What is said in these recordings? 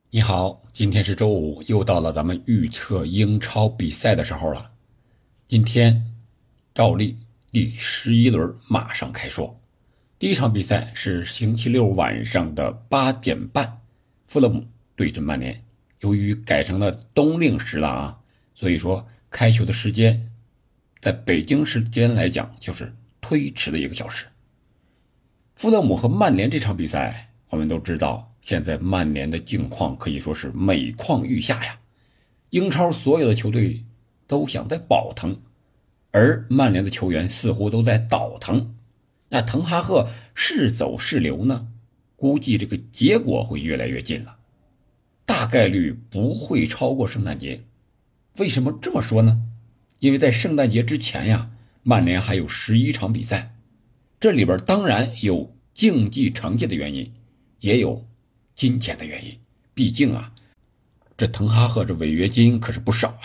你好，今天是周五，又到了咱们预测英超比赛的时候了。今天照例第11轮马上开说。第一场比赛是星期六晚上的8点半，富勒姆对阵曼联。由于改成了冬令时了所以说开球的时间在北京时间来讲就是推迟了1个小时。富勒姆和曼联这场比赛，我们都知道，现在曼联的境况可以说是每况愈下呀。英超所有的球队都想在保腾，而曼联的球员似乎都在倒腾。那滕哈赫是走是留呢？估计这个结果会越来越近了，大概率不会超过圣诞节。为什么这么说呢？因为在圣诞节之前呀，曼联还有11场比赛。这里边当然有竞技成绩的原因，也有金钱的原因。毕竟这滕哈赫这违约金可是不少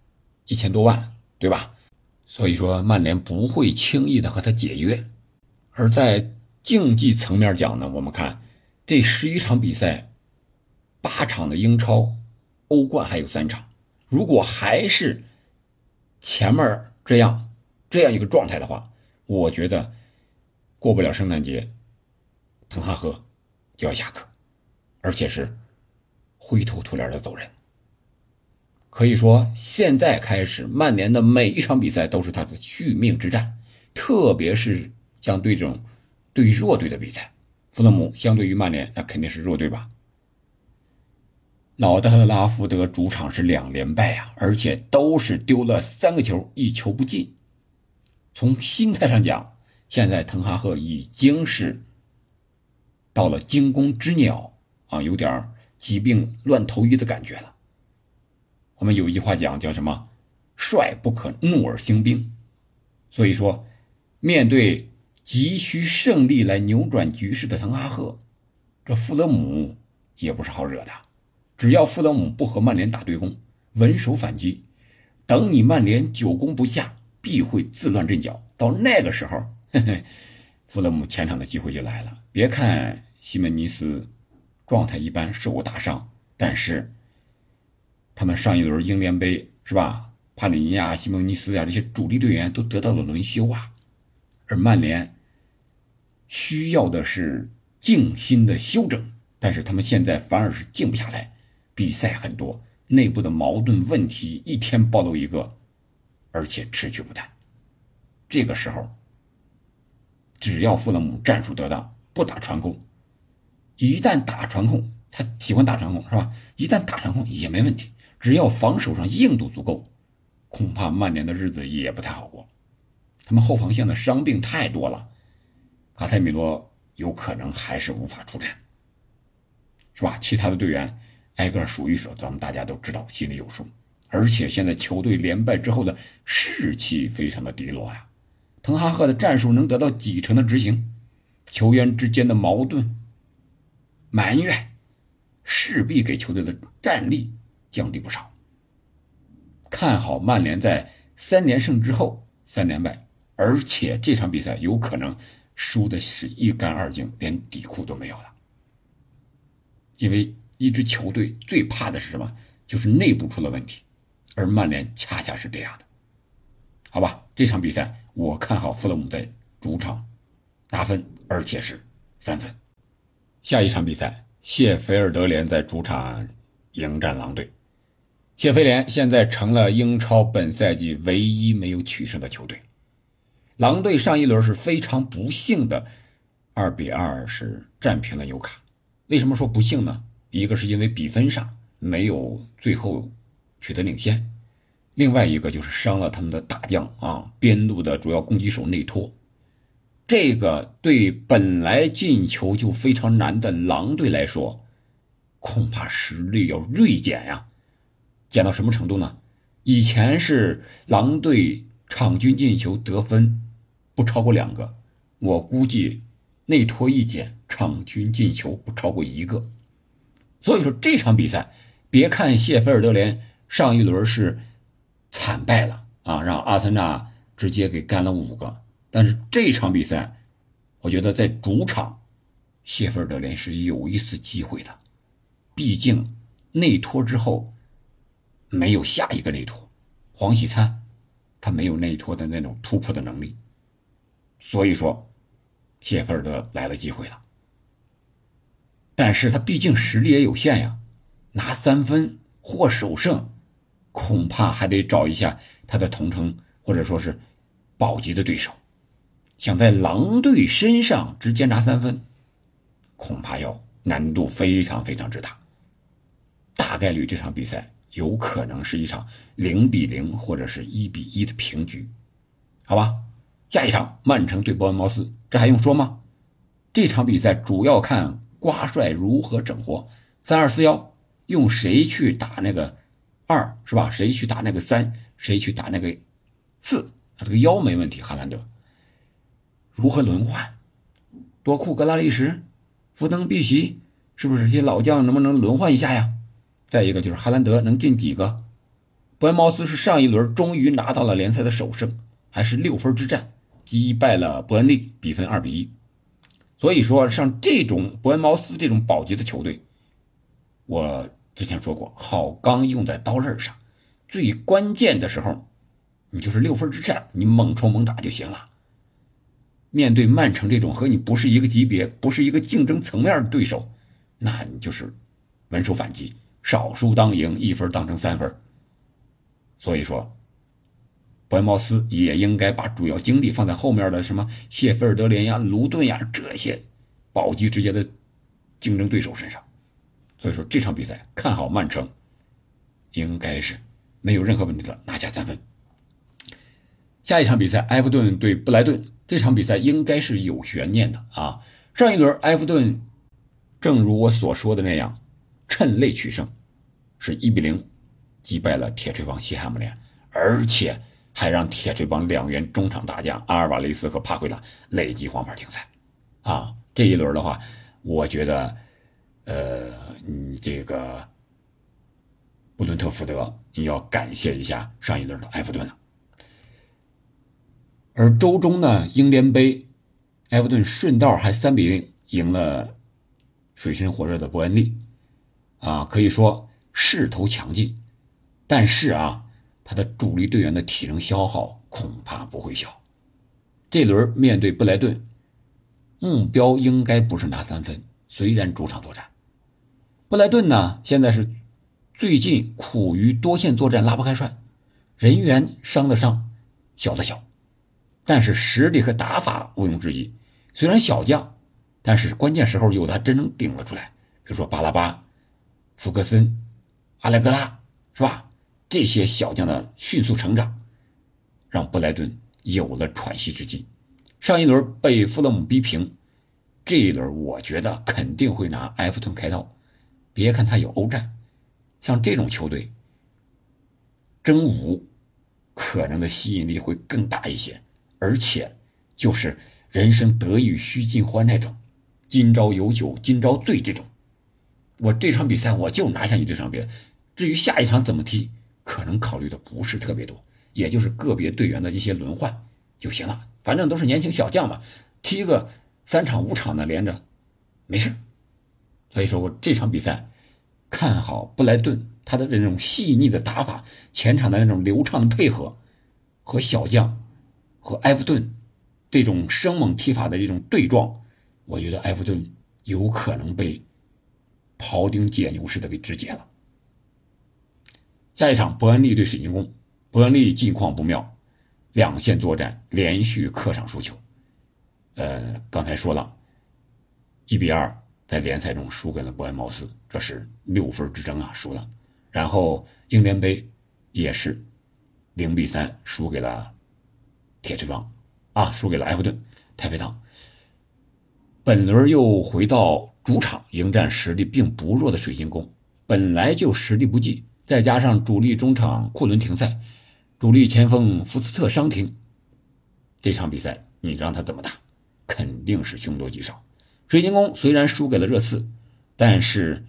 1000多万，对吧？所以说曼联不会轻易的和他解约。而在竞技层面讲呢，我们看这11场比赛，8场的英超、欧冠还有3场，如果还是前面这样一个状态的话，我觉得过不了圣诞节，滕哈赫就要下课，而且是灰头土脸的走人。可以说现在开始曼联的每一场比赛都是他的续命之战，特别是像对这种对弱队的比赛，富勒姆相对于曼联那肯定是弱队吧。老特拉福德主场是2连败而且都是丢了3个球，1球不进。从心态上讲，现在滕哈赫已经是到了惊弓之鸟有点疾病乱投医的感觉了。我们有一句话讲叫什么？帅不可怒而兴兵。所以说面对急需胜利来扭转局势的滕哈赫，这富勒姆也不是好惹的。只要富勒姆不和曼联打对攻，稳守反击，等你曼联久攻不下，必会自乱阵脚。到那个时候富勒姆前场的机会就来了。别看西门尼斯状态一般，受过大伤，但是他们上一轮英联杯是吧，帕里尼亚、西蒙尼斯这些主力队员都得到了轮休而曼联需要的是静心的休整，但是他们现在反而是静不下来，比赛很多，内部的矛盾问题一天暴露一个，而且持续不断。这个时候只要富勒姆战术得当，不打传控，一旦打传控，他喜欢打传控是吧？一旦打传控也没问题，只要防守上硬度足够，恐怕曼联的日子也不太好过。他们后防线的伤病太多了，卡塞米罗有可能还是无法出战，是吧？其他的队员挨个数一数，咱们大家都知道，心里有数。而且现在球队连败之后的士气非常的低落滕哈赫的战术能得到几成的执行，球员之间的矛盾埋怨势必给球队的战力降低不少。看好曼联在3连胜之后3连败，而且这场比赛有可能输的是一干二净，连底裤都没有了。因为一支球队最怕的是什么？就是内部出了问题，而曼联恰恰是这样的。好吧，这场比赛我看好富勒姆在主场拿分，而且是3分。下一场比赛，谢菲尔德联在主场迎战狼队。谢菲联现在成了英超本赛季唯一没有取胜的球队。狼队上一轮是非常不幸的2-2是战平了纽卡。为什么说不幸呢？一个是因为比分上没有最后取得领先，另外一个就是伤了他们的大将边路的主要攻击手内托。这个对本来进球就非常难的狼队来说，恐怕实力要锐减减到什么程度呢？以前是狼队场均进球得分不超过2个，我估计内托一减，场均进球不超过1个。所以说这场比赛，别看谢菲尔德联上一轮是惨败了让阿森纳直接给干了5个，但是这场比赛我觉得在主场谢菲尔德联是有一丝机会的。毕竟内托之后没有下一个内托，黄喜灿他没有内托的那种突破的能力，所以说谢菲尔德来了机会了。但是他毕竟实力也有限呀，拿3分或首胜，恐怕还得找一下他的同城或者说是保级的对手。想在狼队身上直接拿3分，恐怕要难度非常非常之大。大概率这场比赛有可能是一场0-0或者是1-1的平局，好吧？下一场曼城对伯恩茅斯，这还用说吗？这场比赛主要看瓜帅如何整活3241，用谁去打那个2是吧？谁去打那个3，谁去打那个4，这个1没问题，哈兰德如何轮换？多库格拉利什、福登碧玺，是不是这些老将能不能轮换一下呀？再一个就是哈兰德能进几个？伯恩茅斯是上一轮终于拿到了联赛的首胜，还是6分之战击败了伯恩利，比分2-1。所以说像这种伯恩茅斯这种保级的球队，我之前说过，好钢用在刀刃上，最关键的时候你就是6分之战，你猛冲猛打就行了。面对曼城这种和你不是一个级别，不是一个竞争层面的对手，那你就是稳守反击，少输当赢，1分当成3分。所以说伯恩茅斯也应该把主要精力放在后面的什么谢菲尔德联呀、卢顿呀这些保级直接的竞争对手身上。所以说这场比赛看好曼城应该是没有任何问题的拿下3分。下一场比赛埃弗顿对布莱顿，这场比赛应该是有悬念的啊。上一轮埃弗顿正如我所说的那样，趁累取胜，是1-0击败了铁锤帮西汉姆联，而且还让铁锤帮2员中场大将阿尔瓦雷斯和帕奎拉累计黄牌停赛啊。这一轮的话，我觉得你这个布伦特福德你要感谢一下上一轮的埃弗顿了。而周中呢，英联杯埃弗顿顺道还3-0赢了水深火热的伯恩利啊，可以说势头强劲。但是啊，他的主力队员的体能消耗恐怕不会小。这轮面对布莱顿，目标应该不是拿3分，虽然主场作战。布莱顿呢，现在是最近苦于多线作战拉不开帅，人员伤的伤，小的小，但是实力和打法毋庸置疑。虽然小将，但是关键时候有的还真能顶了出来，比如说巴拉巴、福格森、阿莱格拉，是吧？这些小将的迅速成长，让布莱顿有了喘息之机。上一轮被富勒姆逼平，这一轮我觉得肯定会拿埃弗顿开刀。别看他有欧战，像这种球队争5可能的吸引力会更大一些，而且就是人生得意须尽欢那种，今朝有酒今朝醉这种。我这场比赛我就拿下你这场比赛，至于下一场怎么踢，可能考虑的不是特别多，也就是个别队员的一些轮换就行了，反正都是年轻小将嘛，踢个3场5场的连着没事。所以说我这场比赛看好布莱顿，他的这种细腻的打法，前场的那种流畅的配合，和小将和埃弗顿这种生猛踢法的这种对撞，我觉得埃弗顿有可能被庖丁解牛似的给肢解了。下一场伯恩利对水晶宫，伯恩利近况不妙，2线作战连续客场输球。刚才说了1-2在联赛中输给了伯恩茅斯，这是6分之争啊，输了。然后英联杯也是0-3输给了铁锤帮啊，输给了埃弗顿太妃堂。本轮又回到主场迎战实力并不弱的水晶宫，本来就实力不济，再加上主力中场库伦停赛，主力前锋福斯特伤停，这场比赛你让他怎么打，肯定是凶多吉少。水晶宫虽然输给了热刺，但是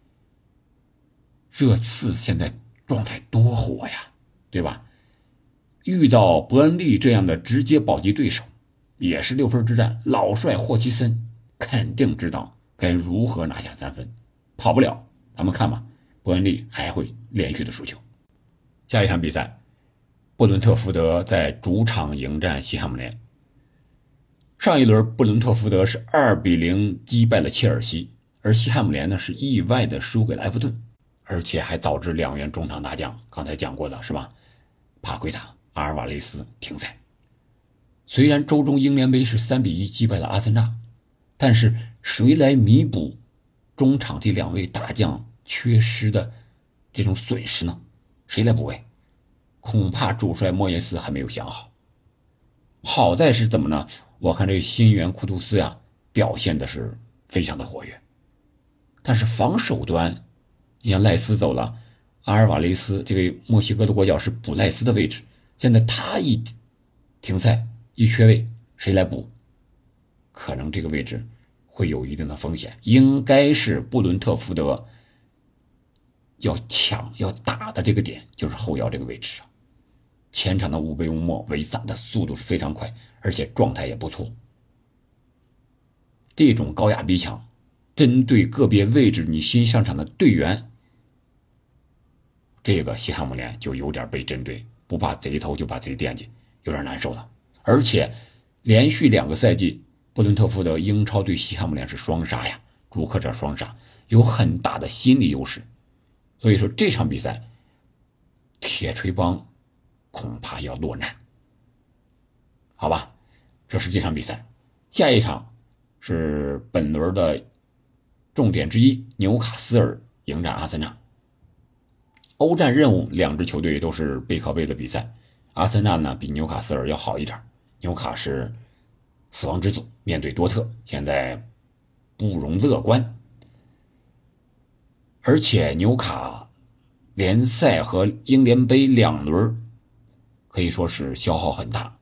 热刺现在状态多火呀，对吧？遇到伯恩利这样的直接保级对手，也是6分之战，老帅霍奇森肯定知道该如何拿下3分，跑不了。咱们看吧， 伯恩利还会连续的输球。下一场比赛，布伦特福德在主场迎战西汉姆联。上一轮布伦特福德是2-0击败了切尔西，而西汉姆联呢是意外的输给了埃弗顿，而且还导致2员中场大将，刚才讲过的是吧？帕奎塔、阿尔瓦雷斯停赛。虽然周中英联杯是3-1击败了阿森纳，但是谁来弥补中场这2位大将缺失的这种损失呢？谁来补位？恐怕主帅莫耶斯还没有想好。好在是怎么呢？我看这个新援库图斯呀，表现的是非常的活跃，但是防守端，你像赖斯走了，阿尔瓦雷斯这位墨西哥的国脚是补赖斯的位置，现在他一停赛一缺位，谁来补？可能这个位置会有一定的风险，应该是布伦特福德要抢要打的这个点就是后腰这个位置上。前场的乌贝乌莫维萨的速度是非常快，而且状态也不错。这种高压逼抢，针对个别位置你新上场的队员，这个西汉姆联就有点被针对，不怕贼头就把贼惦记，有点难受了。而且连续2个赛季，布伦特福德英超对西汉姆联是双杀呀，主客场双杀，有很大的心理优势。所以说这场比赛，铁锤帮恐怕要落难。好吧，这是这场比赛。下一场是本轮的重点之一，纽卡斯尔迎战阿森纳。欧战任务2支球队都是背靠背的比赛，阿森纳呢比纽卡斯尔要好一点，纽卡是死亡之组，面对多特现在不容乐观，而且纽卡联赛和英联杯2轮可以说是消耗很大。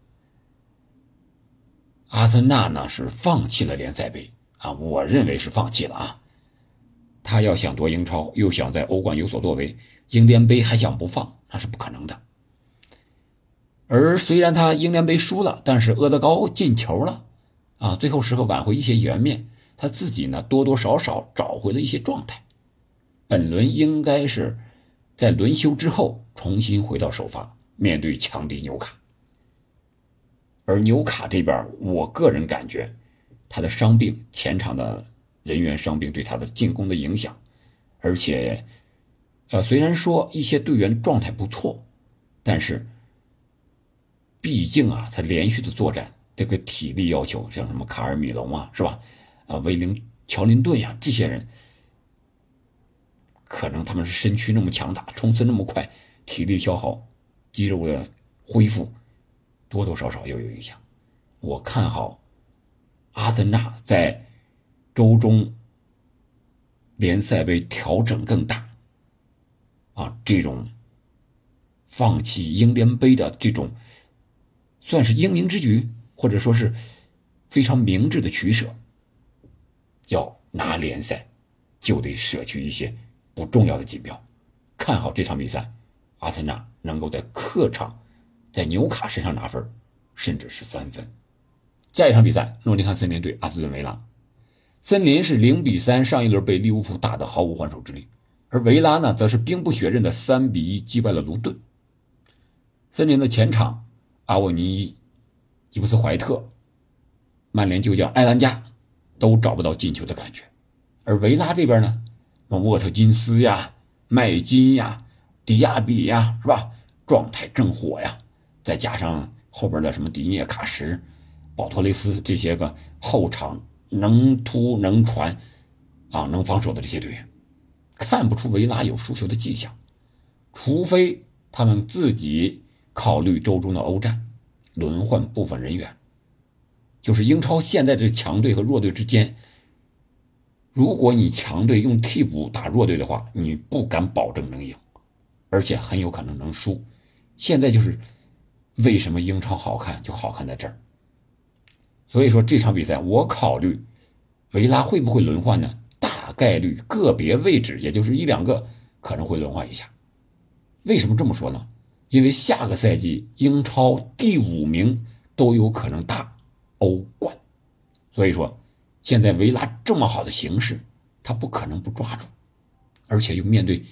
阿森纳呢是放弃了联赛杯啊，我认为是放弃了啊。他要想夺英超，又想在欧冠有所作为，英联杯还想不放，那是不可能的。而虽然他英联杯输了，但是阿德高进球了啊，最后时刻挽回一些颜面，他自己呢多多少少找回了一些状态。本轮应该是在轮休之后重新回到首发，面对强敌纽卡。而纽卡这边，我个人感觉他的伤病，前场的人员伤病对他的进攻的影响，而且虽然说一些队员状态不错，但是毕竟啊他连续的作战，这个体力要求，像什么卡尔米隆啊，是吧？乔林顿呀，这些人可能他们是身躯那么强大，冲刺那么快，体力消耗，肌肉的恢复多多少少又有影响。我看好阿森纳在周中联赛杯调整更大啊，这种放弃英联杯的这种算是英明之举，或者说是非常明智的取舍。要拿联赛就得舍去一些不重要的锦标。看好这场比赛，阿森纳能够在客场在纽卡身上拿分，甚至是3分。下一场比赛，诺丁汉森林对阿斯顿维拉。森林是0-3上一轮被利物浦打得毫无还手之力，而维拉呢则是兵不血刃的3-1击败了卢顿。森林的前场阿沃尼、伊布斯怀特、曼联旧将埃兰加都找不到进球的感觉，而维拉这边呢，沃特金斯呀、麦金呀、迪亚比呀，是吧？状态正火呀，再加上后边的什么迪涅卡什、保托雷斯这些个后场能突能传啊能防守的这些队员，看不出维拉有输球的迹象，除非他们自己考虑周中的欧战，轮换部分人员。就是英超现在这强队和弱队之间，如果你强队用替补打弱队的话，你不敢保证能赢，而且很有可能能输。现在就是为什么英超好看，就好看在这儿。所以说这场比赛我考虑维拉会不会轮换呢？大概率个别位置，也就是1-2个可能会轮换一下。为什么这么说呢？因为下个赛季英超第5名都有可能打欧冠，所以说现在维拉这么好的形势，他不可能不抓住，而且又面对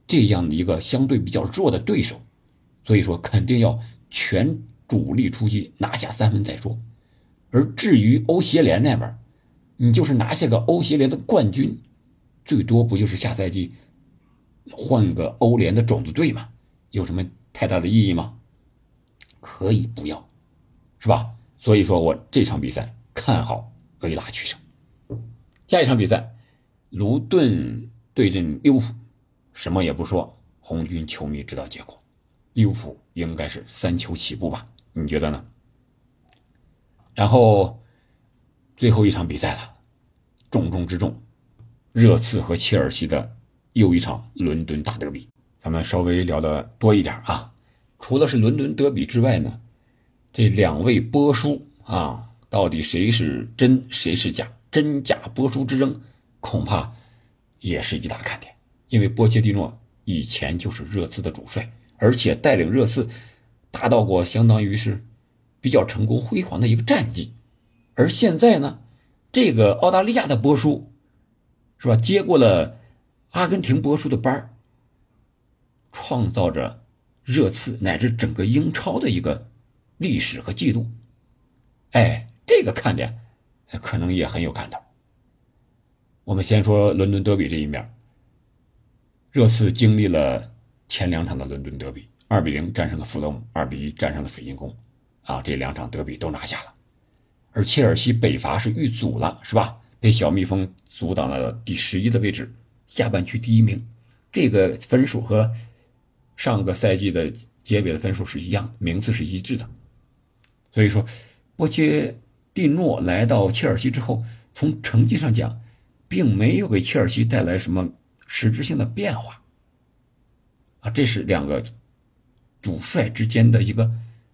这样的一个相对比较弱的对手，所以说肯定要全主力出击，拿下3分再说。而至于欧协联那边，你就是拿下个欧协联的冠军，最多不就是下赛季换个欧联的种子队吗？有什么太大的意义吗？可以不要，是吧？所以说我这场比赛看好维拉取胜。下一场比赛，卢顿对阵利物浦，什么也不说，红军球迷知道结果，利物浦应该是3球起步吧？你觉得呢？然后最后一场比赛了，重中之重，热刺和切尔西的又一场伦敦大德比。咱们稍微聊得多一点啊。除了是伦敦德比之外呢，这2位波叔啊，到底谁是真谁是假？真假波叔之争恐怕也是一大看点。因为波切蒂诺以前就是热刺的主帅，而且带领热刺达到过相当于是比较成功辉煌的一个战绩。而现在呢，这个澳大利亚的波叔是吧，接过了阿根廷波叔的班，创造着热刺乃至整个英超的一个历史和记录。这个看点可能也很有看头。我们先说伦敦德比这一面，热刺经历了前2场的伦敦德比，2-0战胜了富勒姆，2-1战胜了水晶宫这2场德比都拿下了。而切尔西北伐是遇阻了，是吧？被小蜜蜂阻挡了第11的位置，下半区第1名。这个分数和上个赛季的结尾的分数是一样的，名次是一致的。所以说波切蒂诺来到切尔西之后，从成绩上讲并没有给切尔西带来什么实质性的变化这是2个主帅之间的一个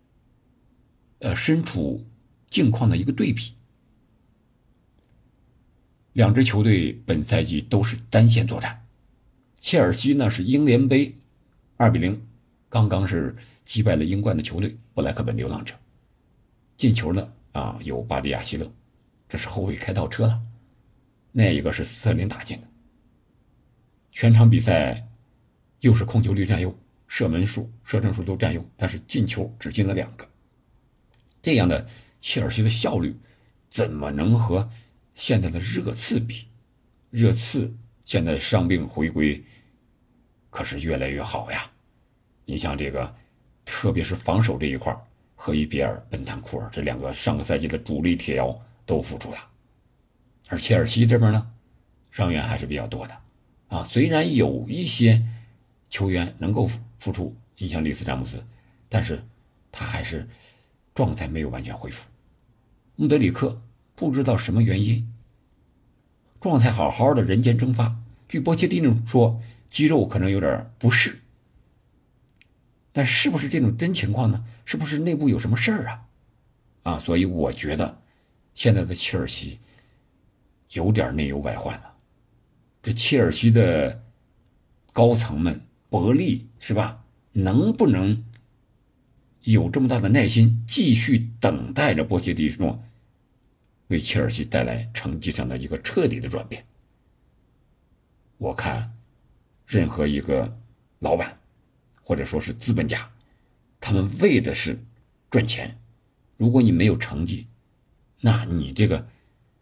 身处境况的一个对比。2支球队本赛季都是单线作战，切尔西呢是英联杯2-0刚刚是击败了英冠的球队布莱克本流浪者，进球呢有巴迪亚希勒，这是后卫开倒车了，那一个是斯特林打进的。全场比赛又是控球率占优，射门数射正数都占优，但是进球只进了2个。这样的切尔西的效率怎么能和现在的热刺比？热刺现在伤病回归可是越来越好呀。你像这个特别是防守这一块，赫伊比尔、本坦库尔这2个上个赛季的主力铁腰都复出了。而切尔西这边呢，伤员还是比较多的虽然有一些球员能够复出，你像里斯詹姆斯，但是他还是状态没有完全恢复。穆德里克不知道什么原因，状态好好的人间蒸发，据波切蒂诺说肌肉可能有点不适，但是不是这种真情况呢？是不是内部有什么事儿所以我觉得现在的切尔西有点内忧外患了。这切尔西的高层们伯利是吧，能不能有这么大的耐心继续等待着波切蒂诺为切尔西带来成绩上的一个彻底的转变？我看任何一个老板或者说是资本家，他们为的是赚钱，如果你没有成绩，那你这个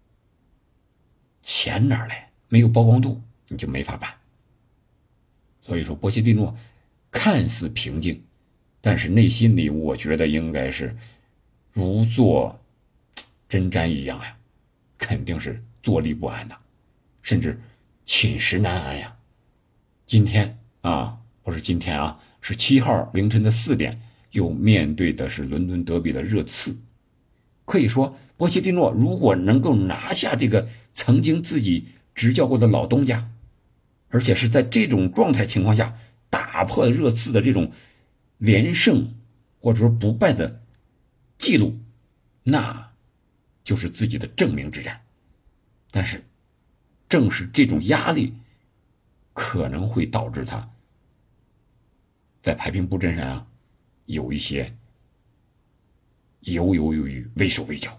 钱哪来？没有曝光度你就没法办。所以说波切蒂诺看似平静，但是内心里我觉得应该是如坐针毡一样肯定是坐立不安的，甚至寝食难安呀。今天不是今天是7号凌晨的4点，又面对的是伦敦德比的热刺。可以说波切蒂诺如果能够拿下这个曾经自己执教过的老东家，而且是在这种状态情况下打破热刺的这种连胜或者说不败的记录，那就是自己的证明之战。但是正是这种压力可能会导致他在排兵布阵上有一些犹犹豫豫、畏手畏脚。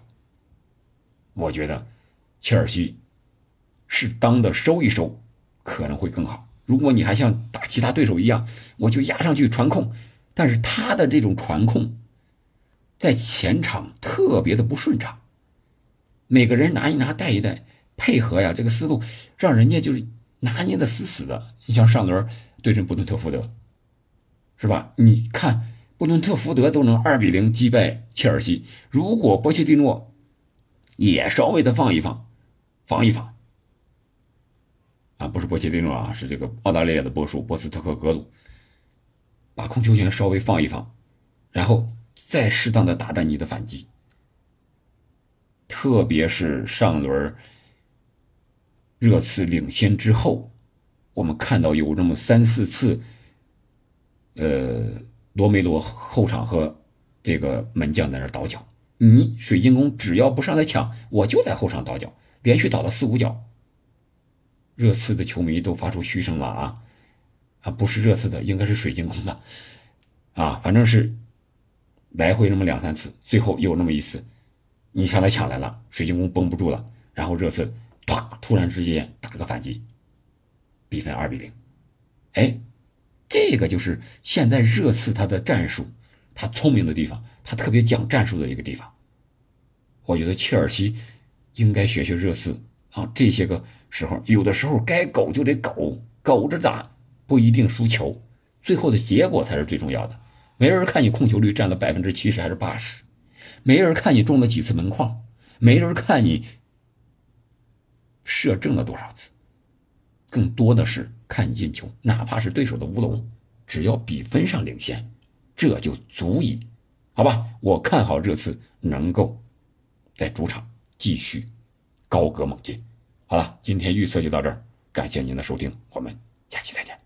我觉得切尔西适当的收一收可能会更好， 如果你还像打其他对手一样，我就压上去传控，但是他的这种传控在前场特别的不顺畅，每个人拿一拿带一带，配合呀，这个思路让人家就是拿捏的死死的。你像上轮对阵布伦特福德，是吧？你看布伦特福德都能2-0击败切尔西，如果波切蒂诺也稍微的防一防啊，不是波切蒂诺啊，是这个澳大利亚的波叔波斯特克格鲁，把控球权稍微放一放，然后再适当的打断你的反击。特别是上轮热刺领先之后，我们看到有这么3-4次罗梅罗后场和这个门将在那倒脚，你水晶宫只要不上来抢，我就在后场倒脚，连续倒了4-5脚。热刺的球迷都发出嘘声了不是热刺的，应该是水晶宫的反正是来回那么2-3次，最后有那么一次你上来抢来了，水晶宫绷不住了，然后热刺突然之间打个反击，比分2-0。这个就是现在热刺他的战术，他聪明的地方，他特别讲战术的一个地方。我觉得切尔西应该学学热刺这些个时候，有的时候该苟就得苟着打，不一定输球，最后的结果才是最重要的。没人看你控球率占了70%还是80%，没人看你中了几次门框，没人看你射正了多少次，更多的是看你进球，哪怕是对手的乌龙，只要比分上领先，这就足以，好吧？我看好热刺能够在主场继续高歌猛进。好了，今天预测就到这儿，感谢您的收听，我们下期再见。